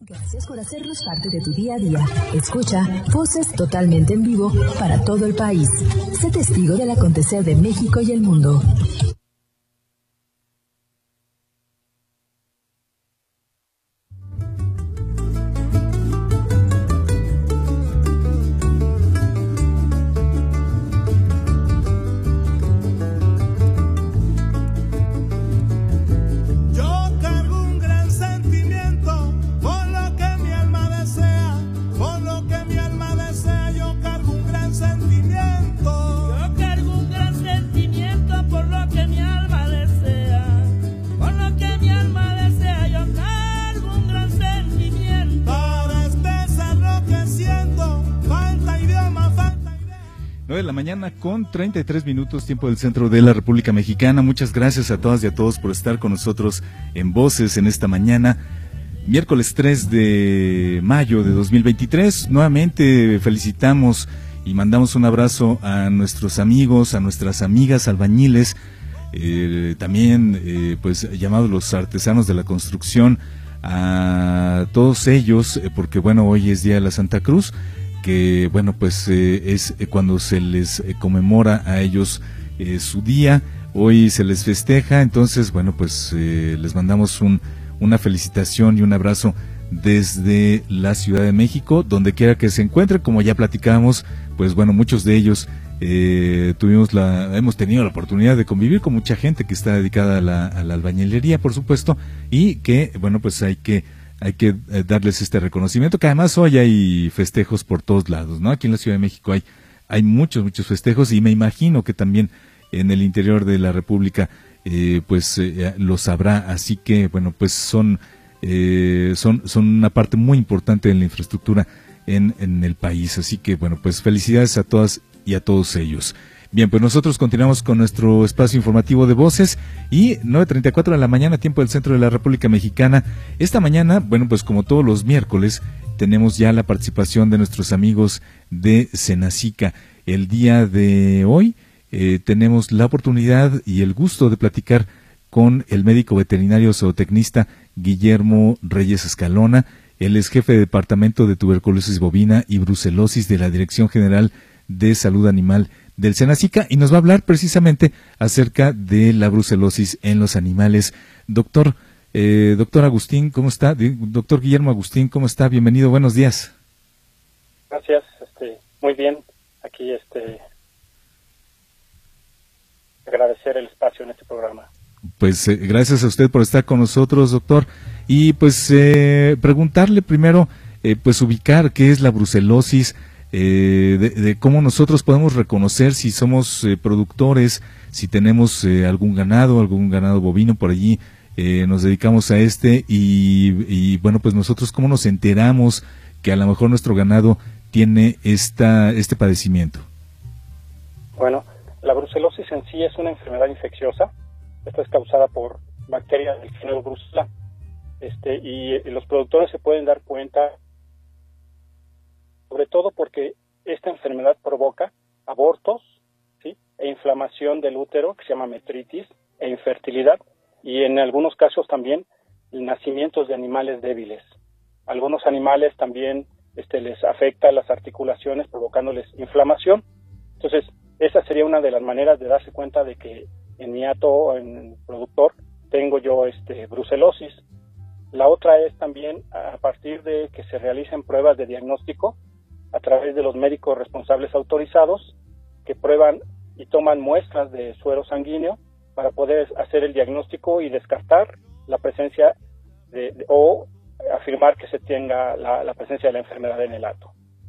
Gracias por hacernos parte de tu día a día. Escucha Voces totalmente en vivo para todo el país. Sé testigo del acontecer de México y el mundo. De la mañana con 33 minutos, tiempo del centro de la República Mexicana. Muchas gracias a todas y a todos por estar con nosotros en Voces en esta mañana, miércoles 3 de mayo de 2023. Nuevamente felicitamos y mandamos un abrazo a nuestros amigos, a nuestras amigas albañiles, también pues llamados los artesanos de la construcción, a todos ellos, porque bueno, hoy es Día de la Santa Cruz, que bueno, pues es cuando se les conmemora a ellos su día. Hoy se les festeja, entonces bueno, pues les mandamos una felicitación y un abrazo desde la Ciudad de México, donde quiera que se encuentre. Como ya platicamos, pues bueno, muchos de ellos hemos tenido la oportunidad de convivir con mucha gente que está dedicada a la albañilería, por supuesto, y que bueno, pues hay que darles este reconocimiento, que además hoy hay festejos por todos lados, ¿no? Aquí en la Ciudad de México hay muchos festejos, y me imagino que también en el interior de la República los habrá, así que bueno, pues son una parte muy importante de la infraestructura en el país, así que bueno, pues felicidades a todas y a todos ellos. Bien, pues nosotros continuamos con nuestro espacio informativo de Voces, y 9:34 de la mañana, tiempo del centro de la República Mexicana. Esta mañana, bueno, pues como todos los miércoles, tenemos ya la participación de nuestros amigos de Senacica. El día de hoy tenemos la oportunidad y el gusto de platicar con el médico veterinario zootecnista Guillermo Reyes Escalona. Él es jefe de Departamento de Tuberculosis Bovina y Brucelosis de la Dirección General de Salud Animal del Senacica, y nos va a hablar precisamente acerca de la brucelosis en los animales. Doctor Agustín, ¿cómo está? Doctor Guillermo Agustín, ¿cómo está? Bienvenido, buenos días. Gracias, muy bien. Aquí, agradecer el espacio en este programa. Pues gracias a usted por estar con nosotros, doctor, y pues preguntarle primero, pues ubicar qué es la brucelosis, de cómo nosotros podemos reconocer si somos productores, si tenemos algún ganado bovino por allí, nos dedicamos a y bueno, pues nosotros cómo nos enteramos que a lo mejor nuestro ganado tiene este padecimiento. Bueno, la brucelosis en sí es una enfermedad infecciosa. Esta es causada por bacterias del género Brucella, y los productores se pueden dar cuenta, sobre todo porque esta enfermedad provoca abortos, ¿sí?, e inflamación del útero, que se llama metritis, e infertilidad, y en algunos casos también nacimientos de animales débiles. Algunos animales también les afecta las articulaciones, provocándoles inflamación. Entonces, esa sería una de las maneras de darse cuenta de que en mi hato, en el productor, tengo yo brucelosis. La otra es también a partir de que se realicen pruebas de diagnóstico a través de los médicos responsables autorizados, que prueban y toman muestras de suero sanguíneo para poder hacer el diagnóstico y descartar la presencia o afirmar que se tenga la presencia de la enfermedad en el hato.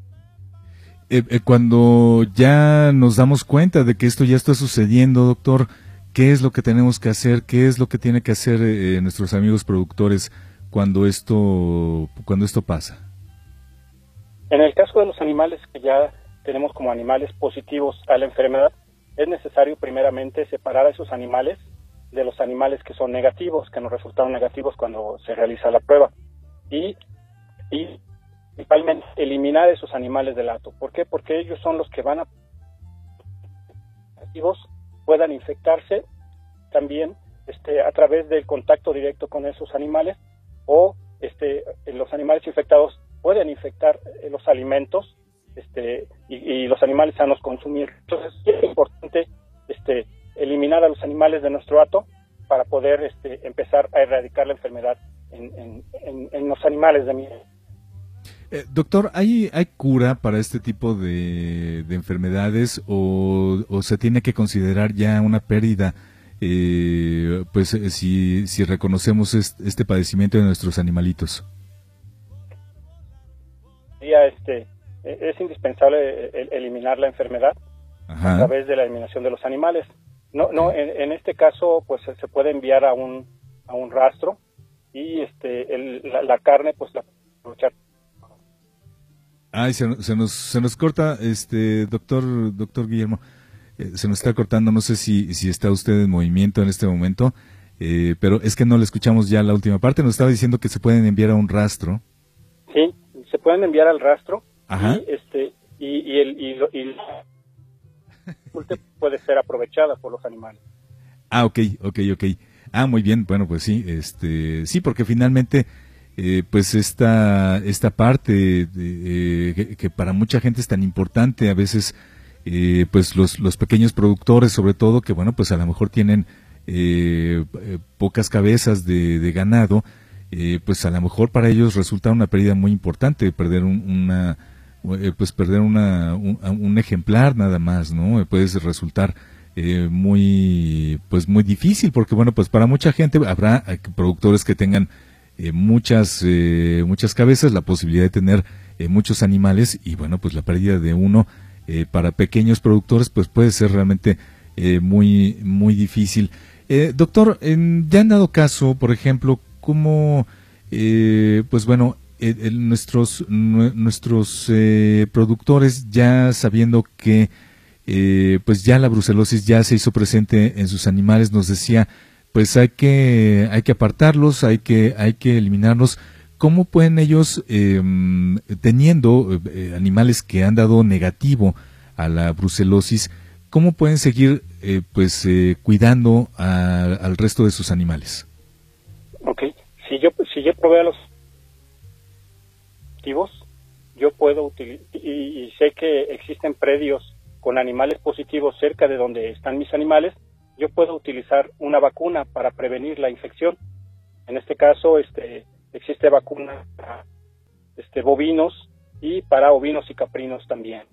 Cuando ya nos damos cuenta de que esto ya está sucediendo, doctor, ¿qué es lo que tenemos que hacer? ¿Qué es lo que tiene que hacer nuestros amigos productores cuando esto pasa? En el caso de los animales que ya tenemos como animales positivos a la enfermedad, es necesario primeramente separar a esos animales de los animales que son negativos, que nos resultaron negativos cuando se realiza la prueba, y principalmente eliminar esos animales del hato. ¿Por qué? Porque ellos son los que van a puedan infectarse también a través del contacto directo con esos animales, o los animales infectados pueden infectar los alimentos, y los animales sanos consumir. Entonces es importante eliminar a los animales de nuestro hato para poder empezar a erradicar la enfermedad en los animales de miel. Doctor, ¿hay cura para este tipo de enfermedades o se tiene que considerar ya una pérdida, pues si reconocemos este padecimiento de nuestros animalitos? Es indispensable eliminar la enfermedad a través de la eliminación de los animales. En este caso, pues se puede enviar a un rastro y la carne, pues la aprovechar. Ay, se nos corta, doctor Guillermo, se nos está cortando. No sé si está usted en movimiento en este momento, pero es que no le escuchamos ya la última parte. Nos estaba diciendo que se pueden enviar a un rastro. Sí, se pueden enviar al rastro. Ajá. Y puede ser aprovechada por los animales. Ah, ok. Ah, muy bien. Bueno, pues sí, sí, porque finalmente, pues esta parte que para mucha gente es tan importante, a veces, pues los pequeños productores, sobre todo, que bueno, pues a lo mejor tienen pocas cabezas de ganado, pues a lo mejor para ellos resulta una pérdida muy importante, perder un ejemplar nada más, ¿no? Puede resultar muy difícil, porque bueno, pues para mucha gente habrá productores que tengan muchas cabezas, la posibilidad de tener muchos animales, y bueno, pues la pérdida de uno para pequeños productores pues puede ser realmente muy difícil. Doctor, ya han dado caso, por ejemplo, cómo pues bueno, nuestros productores, ya sabiendo que pues ya la brucelosis ya se hizo presente en sus animales, nos decía, pues hay que apartarlos, hay que eliminarlos. ¿Cómo pueden ellos, teniendo animales que han dado negativo a la brucelosis, cómo pueden seguir cuidando al resto de sus animales? Okay. Si yo proveo a los activos, yo puedo utilizar, y sé que existen predios con animales positivos cerca de donde están mis animales, yo puedo utilizar una vacuna para prevenir la infección. En este caso, existe vacuna para bovinos y para ovinos y caprinos también,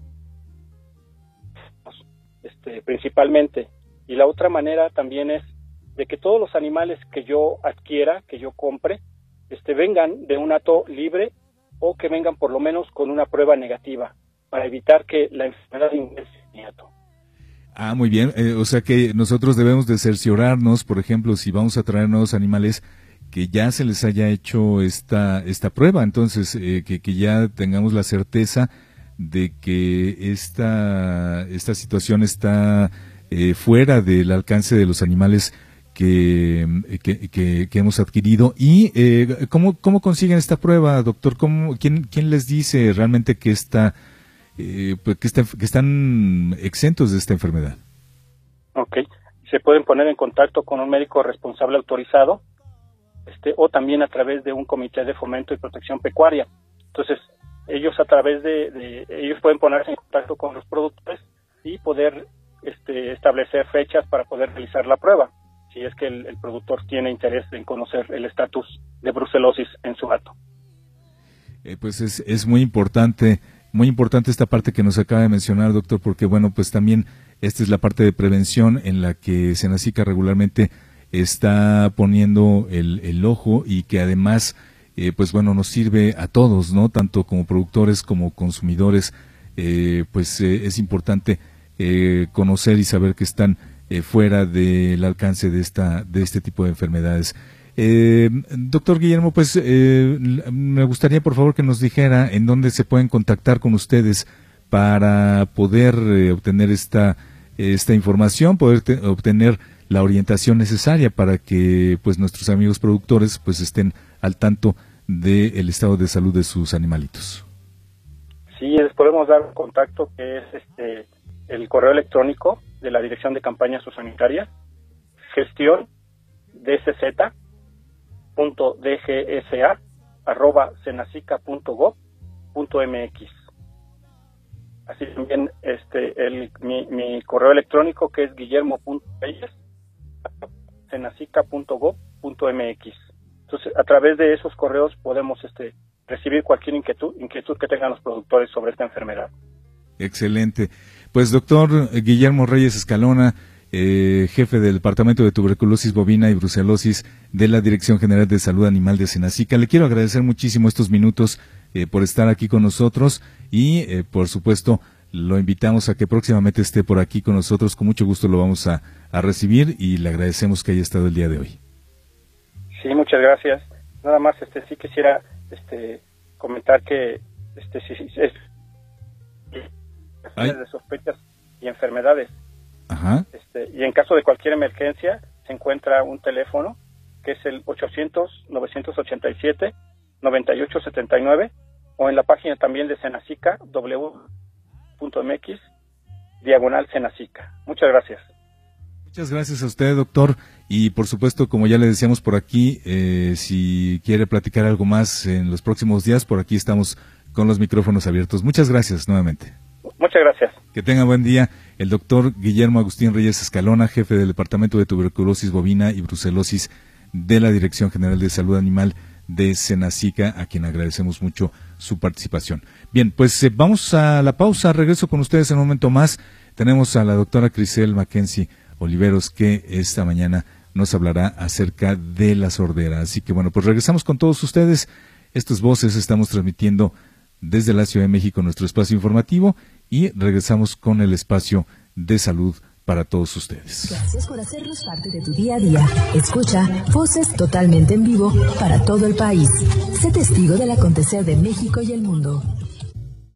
principalmente. Y la otra manera también es de que todos los animales que yo adquiera, que yo compre, vengan de un hato libre o que vengan por lo menos con una prueba negativa para evitar que la enfermedad ingrese en mi hato. Ah, muy bien. O sea que nosotros debemos de cerciorarnos, por ejemplo, si vamos a traer nuevos animales, que ya se les haya hecho esta prueba. Entonces, que ya tengamos la certeza de que esta situación está fuera del alcance de los animales que hemos adquirido. Y ¿cómo consiguen esta prueba, doctor? ¿Quién les dice realmente que que están exentos de esta enfermedad? Okay. Se pueden poner en contacto con un médico responsable autorizado, o también a través de un comité de fomento y protección pecuaria. Entonces, ellos a través ellos pueden ponerse en contacto con los productores y poder establecer fechas para poder realizar la prueba, si es que el productor tiene interés en conocer el estatus de brucelosis en su hato. Pues es muy importante esta parte que nos acaba de mencionar, doctor, porque bueno, pues también esta es la parte de prevención en la que Senacica regularmente está poniendo el ojo, y que además pues bueno, nos sirve a todos, ¿no? Tanto como productores como consumidores, es importante conocer y saber que están fuera del alcance de este tipo de enfermedades. Doctor Guillermo, pues me gustaría por favor que nos dijera en dónde se pueden contactar con ustedes para poder obtener esta información, poder obtener la orientación necesaria para que pues nuestros amigos productores pues estén al tanto del estado de salud de sus animalitos. Sí, les podemos dar contacto, que es el correo electrónico de la Dirección de Campaña Zoosanitaria, gestión.dcz.dgsa guillermo.reyes@cenacica.gov.mx. Así también mi correo electrónico, que es guillermo.reyes@cenacica.gov.mx. Entonces, a través de esos correos podemos recibir cualquier inquietud que tengan los productores sobre esta enfermedad. Excelente. Pues doctor Guillermo Reyes Escalona, jefe del Departamento de Tuberculosis Bovina y Brucelosis de la Dirección General de Salud Animal de Cenacica, le quiero agradecer muchísimo estos minutos por estar aquí con nosotros y, por supuesto, lo invitamos a que próximamente esté por aquí con nosotros. Con mucho gusto lo vamos a recibir y le agradecemos que haya estado el día de hoy. Sí, muchas gracias. Nada más sí quisiera comentar que de sospechas y enfermedades. Ajá. Y en caso de cualquier emergencia se encuentra un teléfono que es el 800-987-9879, o en la página también de Cenacica, w.mx/Cenacica. Muchas gracias. Muchas gracias a usted, doctor. Y por supuesto, como ya le decíamos por aquí, si quiere platicar algo más en los próximos días, por aquí estamos con los micrófonos abiertos. Muchas gracias nuevamente. Muchas gracias. Que tenga buen día. El doctor Guillermo Agustín Reyes Escalona, jefe del Departamento de Tuberculosis Bovina y Brucelosis de la Dirección General de Salud Animal de Cenacica, a quien agradecemos mucho su participación. Bien, pues vamos a la pausa. Regreso con ustedes en un momento más. Tenemos a la doctora Crisel Mackenzie Oliveros, que esta mañana nos hablará acerca de la sordera. Así que bueno, pues regresamos con todos ustedes. Estas voces estamos transmitiendo desde la Ciudad de México, nuestro espacio informativo, y regresamos con el espacio de salud para todos ustedes. Gracias por hacernos parte de tu día a día. Escucha Voces totalmente en vivo para todo el país. Sé testigo del acontecer de México y el mundo.